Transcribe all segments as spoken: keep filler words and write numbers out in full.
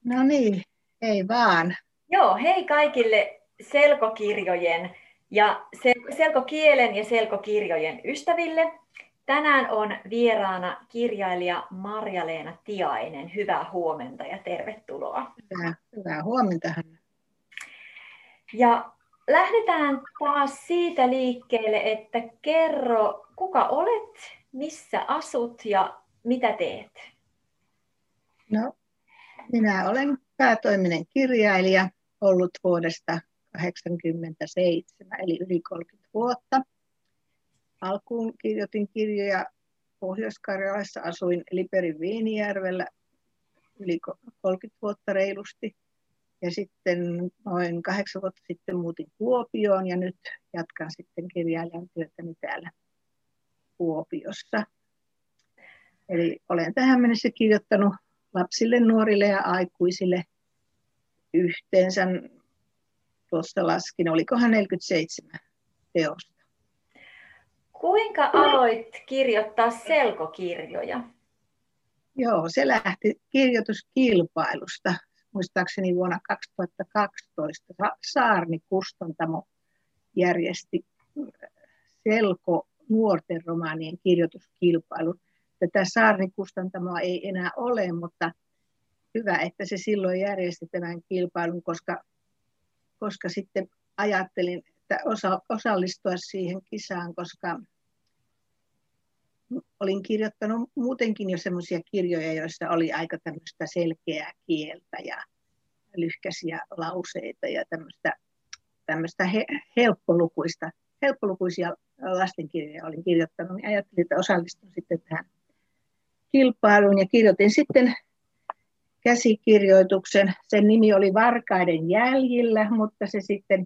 No niin, ei vaan. Joo, hei kaikille selkokirjojen ja sel- selkokielen ja selkokirjojen ystäville. Tänään on vieraana kirjailija Marja-Leena Tiainen. Hyvää huomenta ja tervetuloa. Hyvää, hyvää huomenta, Hanna. Ja lähdetään taas siitä liikkeelle, että kerro, kuka olet, missä asut ja mitä teet? No, minä olen päätoiminen kirjailija ollut vuodesta tuhatyhdeksänsataakahdeksankymmentäseitsemän, eli yli kolmekymmentä vuotta. Alkuun kirjoitin kirjoja Pohjois-Karjalassa, asuin Liperin Viinijärvellä yli kolmekymmentä vuotta reilusti. Ja sitten noin kahdeksan vuotta sitten muutin Kuopioon ja nyt jatkan sitten kirjailijan työtäni täällä Kuopiossa. Eli olen tähän mennessä kirjoittanut lapsille, nuorille ja aikuisille yhteensä, tuossa laskin, olikohan neljäkymmentäseitsemän teosta. Kuinka aloit kirjoittaa selkokirjoja? Joo, se lähti kirjoituskilpailusta. Muistaakseni vuonna kaksituhattakaksitoista Saarni Kustantamo järjesti selko nuorten romaanien kirjoituskilpailun. Tätä Saarni Kustantamoa ei enää ole, mutta hyvä, että se silloin järjesti tämän kilpailun, koska, koska sitten ajattelin, että osa, osallistua siihen kisaan, koska olin kirjoittanut muutenkin jo semmoisia kirjoja, joissa oli aika tämmöistä selkeää kieltä ja lyhkäisiä lauseita ja tämmöistä, tämmöistä he, helppolukuista, helppolukuisia lastenkirjoja olin kirjoittanut, niin ajattelin, että osallistun sitten tähän kilpailuun ja kirjoitin sitten käsikirjoituksen. Sen nimi oli Varkaiden jäljillä, mutta se sitten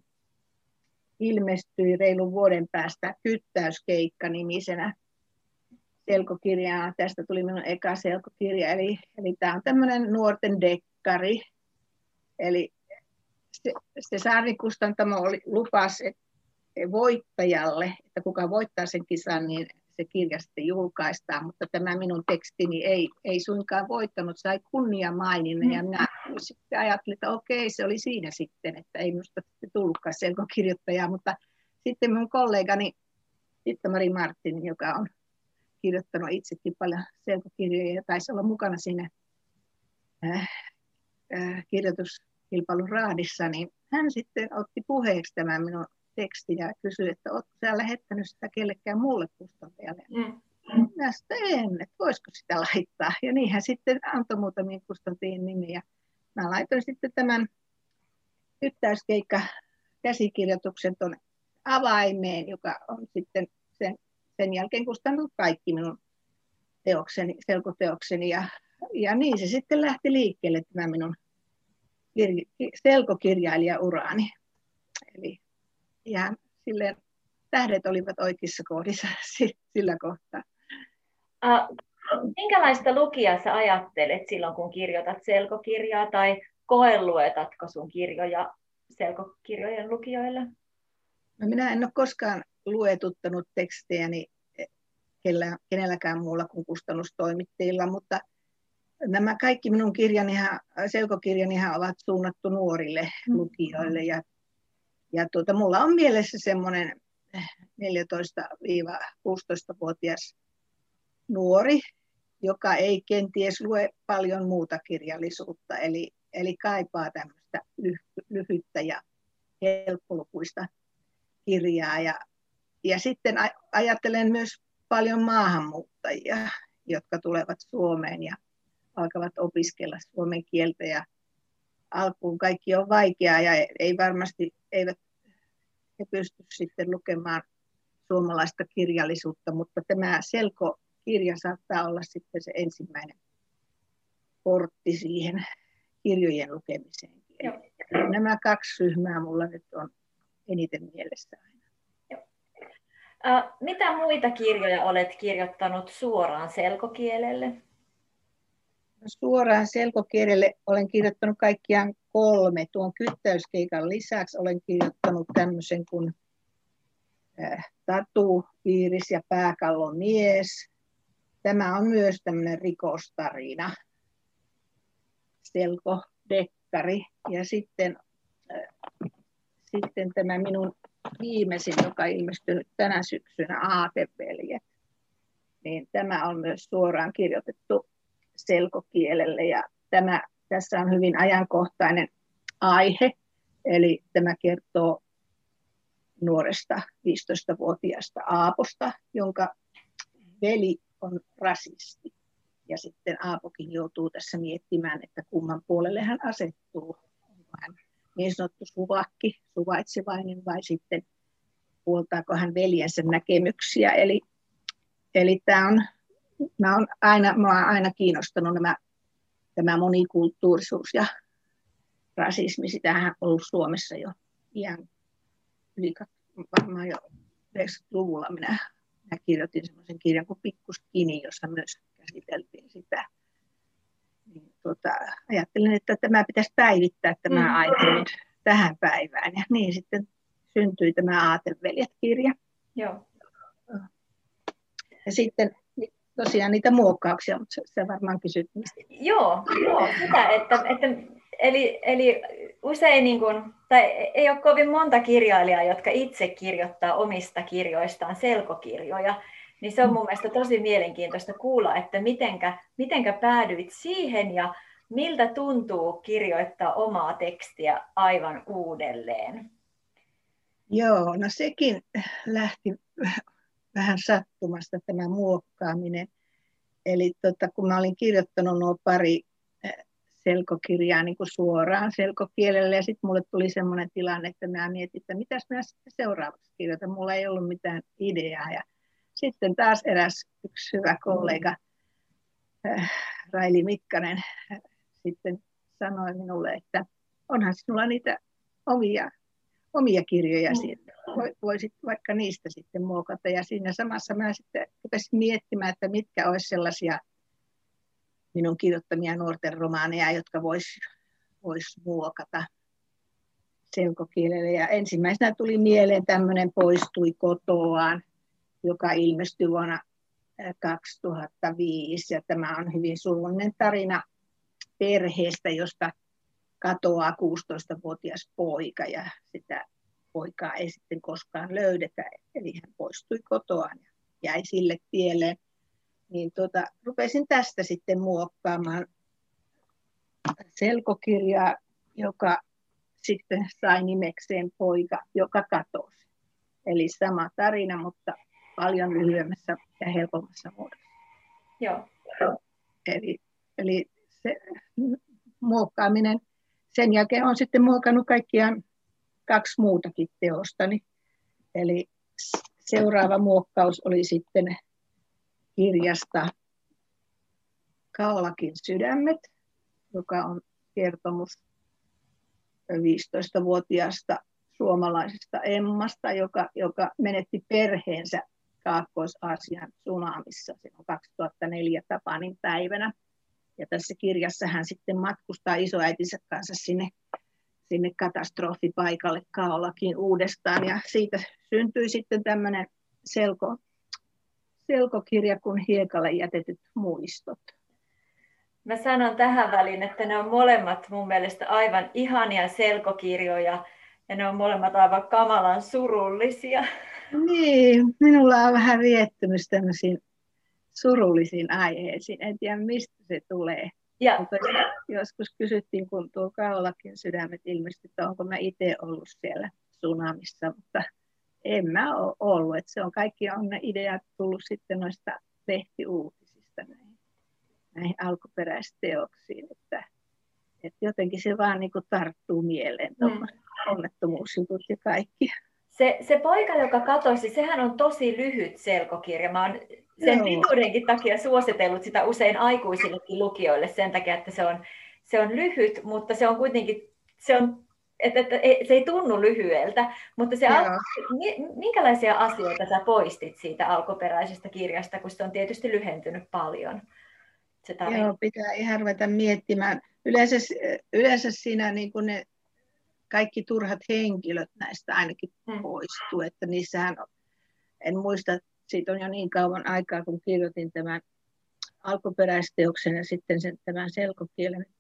ilmestyi reilun vuoden päästä Kyttäyskeikka-nimisenä selkokirjana. Tästä tuli minun eka selkokirja, eli, eli tämä on tämmöinen nuorten dekkari. Eli se, se Saarni Kustantamo oli lupas voittajalle, että kuka voittaa sen kisan, niin se kirja sitten julkaistaan, mutta tämä minun tekstini ei, ei suinkaan voittanut, sai kunniamaininnan, ja minä sitten ajattelin, että okei, se oli siinä sitten, että ei minusta tullutkaan selkokirjoittajaa, mutta sitten minun kollegani Itta-Mari Martin, joka on kirjoittanut itsekin paljon selkokirjoja ja taisi olla mukana siinä äh, äh, kirjoituskilpailun raadissa, niin hän sitten otti puheeksi tämän minun tekstin ja kysyi, että oletko sinä lähettänyt sitä kellekään muulle kustantajalle. Mm. Minä en, että voisiko sitä laittaa. Ja niin hän sitten antoi muutamien kustantajien nimiä. Mä laitoin sitten tämän Kyttäyskeikka käsikirjoituksen tuonne avaimeen, joka on sitten sen, sen jälkeen kustannut kaikki minun teokseni, selkoteokseni. Ja, ja niin se sitten lähti liikkeelle tämä minun kir- selkokirjailijauraani. Eli ihan silleen tähdet olivat oikeissa kohdissa sillä kohtaa. Uh, minkälaista lukijaa sä ajattelet silloin, kun kirjoitat selkokirjaa, tai koeluetatko sun kirjoja selkokirjojen lukijoille? No, minä en ole koskaan luetuttanut tekstejäni kenelläkään muulla kuin kustannustoimittajilla, mutta nämä kaikki minun kirjanihan, selkokirjanihan ovat suunnattu nuorille lukijoille. Ja, ja tuota, mulla on mielessä semmoinen neljätoista-kuusitoista-vuotias nuori, joka ei kenties lue paljon muuta kirjallisuutta, eli, eli kaipaa tämmöistä lyhyttä ja helppolukuista kirjaa. Ja, ja sitten ajattelen myös paljon maahanmuuttajia, jotka tulevat Suomeen ja alkavat opiskella suomen kieltä. Ja alkuun kaikki on vaikeaa ja ei varmasti eivät he pysty sitten lukemaan suomalaista kirjallisuutta, mutta tämä selkokirja saattaa olla sitten se ensimmäinen portti siihen kirjojen lukemiseen. Eli nämä kaksi ryhmää mulla nyt on eniten mielessä aina. Joo. Äh, mitä muita kirjoja olet kirjoittanut suoraan selkokielelle? No, suoraan selkokielelle olen kirjoittanut kaikkiaan kolme. Tuon Kyttäyskeikan lisäksi olen kirjoittanut tämmöisen kuin äh, Tatu, Iiris ja pääkallon mies. Tämä on myös tämmöinen rikostarina, selko, dekkari. Ja sitten, äh, sitten tämä minun viimeisin, joka ilmestynyt tänä syksynä, Aateveljet. Niin tämä on myös suoraan kirjoitettu selkokielelle ja tämä, tässä on hyvin ajankohtainen aihe, eli tämä kertoo nuoresta viisitoistavuotiaasta Aaposta, jonka veli on rasisti. Ja sitten Aapokin joutuu tässä miettimään, että kumman puolelle hän asettuu. Onko hän niin sanottu suvakki, suvaitsevainen vai sitten puoltaako hän veljensä näkemyksiä. Eli, eli tämä on, mä on aina, mä olen aina kiinnostanut nämä, tämä monikulttuurisuus ja rasismi. Sitähän on ollut Suomessa jo iän yli, varmaan jo yhdeksänkymmentäluvulla minä, minä kirjoitin semmoisen kirjan kuin Pikkuskini, jossa myös käsiteltiin sitä. Niin, tota, ajattelin, että tämä pitäisi päivittää tämä mm. aihe nyt tähän päivään. Ja niin sitten syntyi tämä Aateveljet-kirja. Joo. Ja sitten tosiaan niitä muokkauksia, mutta sä varmaan kysyt niistä. Joo, joo sitä, että, että eli, eli usein, niin kun, tai ei ole kovin monta kirjailijaa, jotka itse kirjoittaa omista kirjoistaan selkokirjoja, niin se on mun mielestä tosi mielenkiintoista kuulla, että mitenkä, mitenkä päädyit siihen ja miltä tuntuu kirjoittaa omaa tekstiä aivan uudelleen. Joo, no sekin lähti vähän sattumasta tämä muokkaaminen. Eli tota, kun mä olin kirjoittanut nuo pari selkokirjaa niin kuin suoraan selkokielelle ja sitten mulle tuli semmoinen tilanne, että mä mietin, että mitäs mä sitten seuraavaksi kirjoitan. Mulla ei ollut mitään ideaa ja sitten taas eräs yksi hyvä kollega, äh, Raili Mikkanen, äh, sitten sanoi minulle, että onhan sinulla niitä omia, omia kirjoja mm. siitä. Voisit vaikka niistä sitten muokata. Ja siinä samassa mä sitten rupesin miettimään, että mitkä olisi sellaisia minun kirjoittamia nuorten romaaneja, jotka vois, vois muokata selkokielelle. Ja ensimmäisenä tuli mieleen tämmöinen Poistui kotoaan, joka ilmestyi vuonna kaksituhattaviisi. Ja tämä on hyvin surullinen tarina perheestä, josta katoaa kuusitoistavuotias poika ja sitä poikaa ei sitten koskaan löydetä. Eli hän poistui kotoaan ja jäi sille tielle. Niin tuota, rupesin tästä sitten muokkaamaan selkokirjaa, joka sitten sai nimekseen Poika, joka katosi. Eli sama tarina, mutta paljon lyhyemmässä ja helpommassa muodossa. Joo. Eli, eli se muokkaaminen, sen jälkeen on sitten muokannut kaikkiaan kaksi muutakin teostani. Eli seuraava muokkaus oli sitten kirjasta Kaolakin sydämet, joka on kertomus viisitoistavuotiaasta suomalaisesta Emmasta, joka, joka menetti perheensä Kaakkois-Aasian tsunamissa silloin kaksituhattaneljä Tapanin päivänä. Ja tässä kirjassa hän sitten matkustaa isoäitinsä kanssa sinne, sinne katastrofipaikalle Kaolakin uudestaan. Ja siitä syntyi sitten tämmöinen selko, selkokirja kuin Hiekalle jätetyt muistot. Mä sanon tähän väliin, että ne on molemmat mun mielestä aivan ihania selkokirjoja ja ne on molemmat aivan kamalan surullisia. Niin, minulla on vähän viettymys tämmöisiin surullisiin aiheisiin. En tiedä, mistä se tulee. Ja. Mutta joskus kysyttiin, kun tuo Kaolakin sydämet ilmestyi, että onko mä itse ollut siellä tsunamissa, mutta en mä ole ollut. Että se on kaikki on ne ideat tullut sitten noista lehtiuutisista näihin, näihin alkuperäisteoksiin. Että, että jotenkin se vaan niin kuin tarttuu mieleen, mm. onnettomuusjutut ja kaikki. Se, se poika, joka katosi, sehän on tosi lyhyt selkokirja. Mä oon sen pituudenkin takia suositellut sitä usein aikuisillekin lukijoille sen takia, että se on, se on lyhyt, mutta se on kuitenkin, se, on, että, että, se ei tunnu lyhyeltä. Mutta se, al, minkälaisia asioita sä poistit siitä alkuperäisestä kirjasta, kun se on tietysti lyhentynyt paljon? Se Joo, pitää ihan ruveta miettimään. Yleensä, yleensä siinä niin kuin ne kaikki turhat henkilöt näistä ainakin hmm. poistuu, että niissähän, en muista, siitä on jo niin kauan aikaa, kun kirjoitin tämän alkuperäisteoksen ja sitten sen, tämän selkokielen, että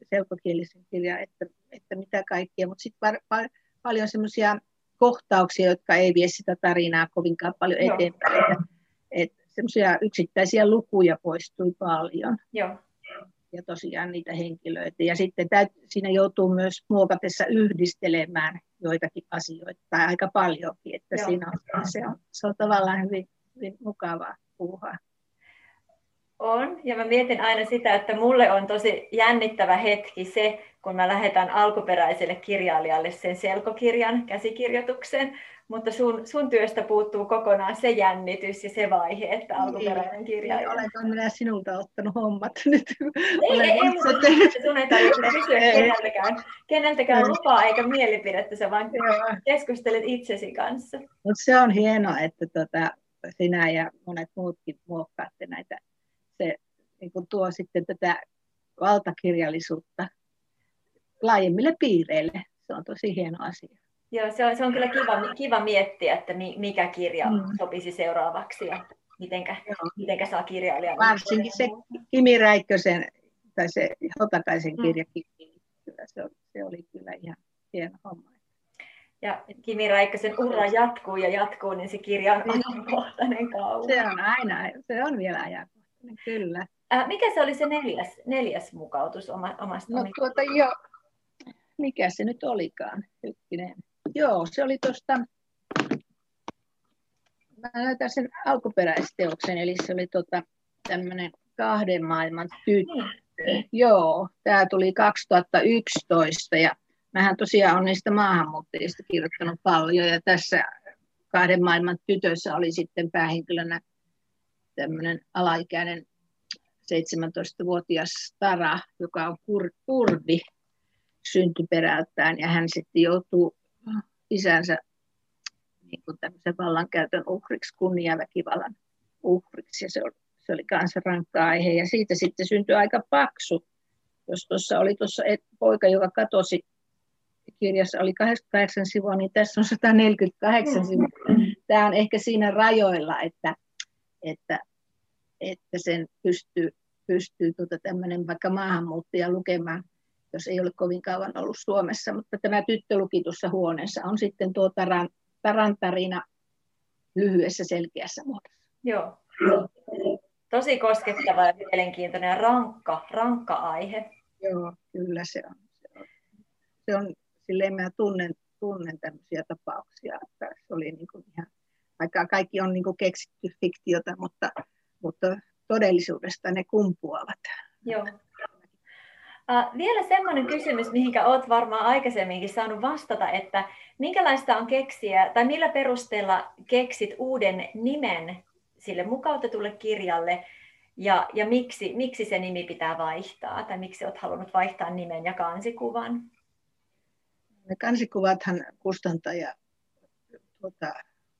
selkokielisen kirjan, että, että mitä kaikkea, mutta sitten var, paljon semmoisia kohtauksia, jotka ei vie sitä tarinaa kovinkaan paljon Joo. eteenpäin. Että, että semmoisia yksittäisiä lukuja poistui paljon. Joo. Ja tosiaan niitä henkilöitä. Ja sitten täyt, siinä joutuu myös muokatessa yhdistelemään joitakin asioita, tai aika paljonkin, että siinä on, se, on, se on tavallaan hyvin, hyvin mukavaa puhua. On, ja mä mietin aina sitä, että mulle on tosi jännittävä hetki se, kun mä lähetän alkuperäiselle kirjailijalle sen selkokirjan käsikirjoituksen, mutta sun, sun työstä puuttuu kokonaan se jännitys ja se vaihe, että alkuperäinen kirjailija. Olenko minä sinulta ottanut hommat nyt? Ei, ei, ei mutta sun ei tarvitse kysyä keneltäkään, keneltäkään lupaa eikä mielipidettä, sä vaan Joo. keskustelet itsesi kanssa. Mutta se on hienoa, että tota, sinä ja monet muutkin muokkaatte näitä. Se niin kun tuo sitten tätä valtakirjallisuutta laajemmille piireille. Se on tosi hieno asia. Joo, se on, se on kyllä kiva, kiva miettiä, että mikä kirja mm. sopisi seuraavaksi ja mitenkä, mitenkä saa kirjailijan. Varsinkin se Kimi Räikkösen tai se Hotakaisen kirja, mm. se, oli, se oli kyllä ihan hieno homma. Ja Kimi Räikkösen ura jatkuu ja jatkuu, niin se kirja on ajankohtainen kauan. Se on aina, se on vielä ajankohtainen, kyllä. Äh, mikä se oli se neljäs, neljäs mukautus oma, omasta? No tuota jo, mikä se nyt olikaan, hetkinen. Joo, se oli tuosta, mä näytän sen alkuperäisteoksen, eli se oli tota, tämmöinen kahden maailman tyttö. Mm. Joo, tämä tuli kaksituhattayksitoista ja mähän tosiaan olen niistä maahanmuuttajista kirjoittanut paljon ja tässä kahden maailman tytössä oli sitten päähenkilönä tämmöinen alaikäinen seitsemäntoistavuotias Tara, joka on kur, kurdi syntyperältään ja hän sitten joutuu isänsä niin kuin tämmöisen vallankäytön uhriksi, kunniaväkivallan uhriksi ja se oli, se oli kanssa rankka aihe ja siitä sitten syntyi aika paksu, jos tuossa oli tuossa poika, joka katosi, kirjassa oli kahdeksankymmentäkahdeksan sivua, niin tässä on sata neljäkymmentäkahdeksan sivua. Tämä on ehkä siinä rajoilla, että, että, että sen pystyy, pystyy tuota tämmöinen vaikka maahanmuuttaja lukemaan, jos ei ole kovin kauan ollut Suomessa, mutta tämä tyttö luki tuossa huoneessa on sitten tuo taran, taran tarina lyhyessä selkeässä muodossa. Joo, tosi koskettava ja mielenkiintoinen ja rankka, rankka aihe. Joo, kyllä se on. Se on, se on silleen mä tunnen, tunnen tämmöisiä tapauksia, että se oli niin kuin ihan, vaikka kaikki on niin kuin keksitty fiktiota, mutta, mutta todellisuudesta ne kumpuavat. Joo. Uh, vielä semmoinen kysymys, mihinkä olet varmaan aikaisemminkin saanut vastata, että minkälaista on keksiä, tai millä perusteella keksit uuden nimen sille mukautetulle kirjalle, ja, ja miksi, miksi se nimi pitää vaihtaa, tai miksi olet halunnut vaihtaa nimen ja kansikuvan? Ne kansikuvathan kustantaja, tuota,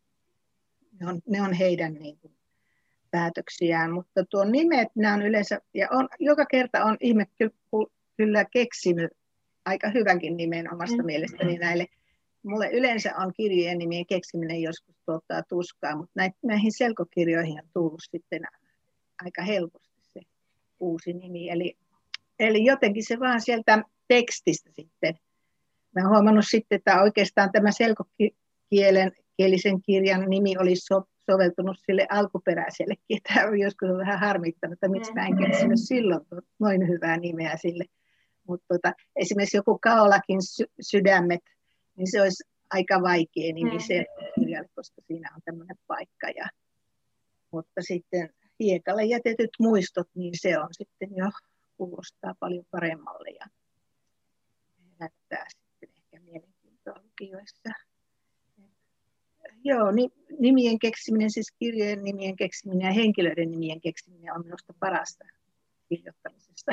ne, on, ne on heidän niin kuin, päätöksiään, mutta tuo nimet, nämä on yleensä, ja on, joka kerta on ihme kyllä keksinyt aika hyvänkin nimen omasta mm. mielestäni näille. Mulle yleensä on kirjojen nimien keksiminen joskus tuottaa tuskaa, mutta näihin selkokirjoihin on tullut sitten aika helposti se uusi nimi. Eli, eli jotenkin se vaan sieltä tekstistä sitten. Mä oon huomannut sitten, että oikeastaan tämä selkokielen kielisen kirjan nimi olisi so, soveltunut sille alkuperäisellekin. Tämä on joskus vähän harmittanut, että miksi mä en keksinyt silloin noin hyvää nimeä sille. Mutta tota, esimerkiksi joku Kaolakin sy- sydämet, niin se olisi aika vaikea nimi se kirjalle, koska siinä on tämmöinen paikka. Ja, mutta sitten hiekalle jätetyt muistot, niin se on sitten jo kuulostaa paljon paremmalle ja herättää sitten ehkä mielenkiintoa lukijoissa. Joo, nimien keksiminen, siis kirjojen nimien keksiminen ja henkilöiden nimien keksiminen on minusta parasta kirjoittamisessa.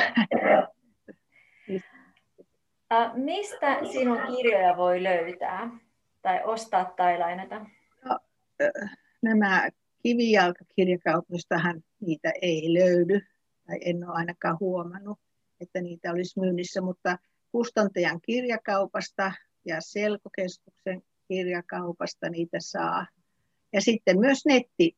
Mistä sinun kirjoja voi löytää tai ostaa tai lainata? No, nämä kivijalkakirjakaupoistahan niitä ei löydy, tai en ole ainakaan huomannut, että niitä olisi myynnissä, mutta kustantajan kirjakaupasta ja Selkokeskuksen kirjakaupasta niitä saa. Ja sitten myös netti,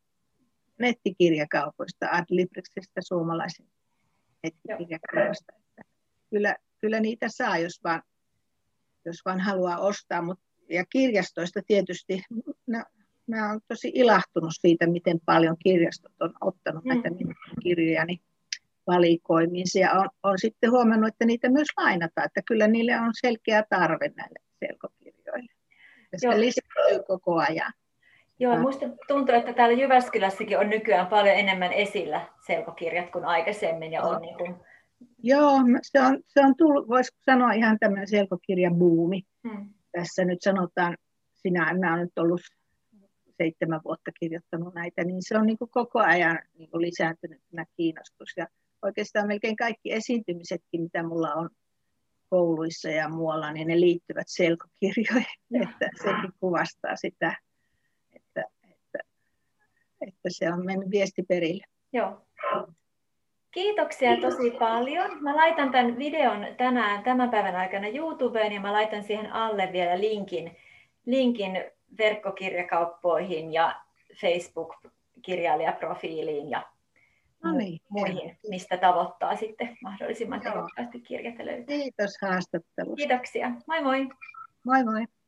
nettikirjakaupoista, Adlibrexistä, suomalaisen nettikirjakaupasta. Kyllä, kyllä niitä saa, jos vaan, jos vaan haluaa ostaa. Mut, ja kirjastoista tietysti, no, mä oon tosi ilahtunut siitä, miten paljon kirjastot on ottanut mm. näitä minun kirjojani valikoimiinsa. Ja on, on sitten huomannut, että niitä myös lainataan, että kyllä niille on selkeä tarve näille selkokirjoille. Ja se lisääntyy koko ajan. Joo, minusta tuntuu, että täällä Jyväskylässäkin on nykyään paljon enemmän esillä selkokirjat kuin aikaisemmin. Ja on niin kuin... Joo, se on, se on tullut, voisiko sanoa ihan tämmöinen selkokirjabuumi. Hmm. Tässä nyt sanotaan, sinä, minä olen nyt ollut seitsemän vuotta kirjoittanut näitä, niin se on niin kuin koko ajan niin kuin lisääntynyt tämä kiinnostus. Ja oikeastaan melkein kaikki esiintymisetkin, mitä minulla on kouluissa ja muualla, niin ne liittyvät selkokirjoihin. Että sekin kuvastaa sitä, että, että, että se on mennyt viesti perille. Joo. Kiitoksia tosi paljon. Mä laitan tämän videon tänään tämän päivän aikana YouTubeen ja mä laitan siihen alle vielä linkin, linkin verkkokirjakauppoihin ja Facebook-kirjailijaprofiiliin ja no niin, muihin, mistä tavoittaa sitten mahdollisimman tehokkaasti kirjat löytää. Kiitos haastattelusta. Kiitoksia. Moi moi. Moi moi.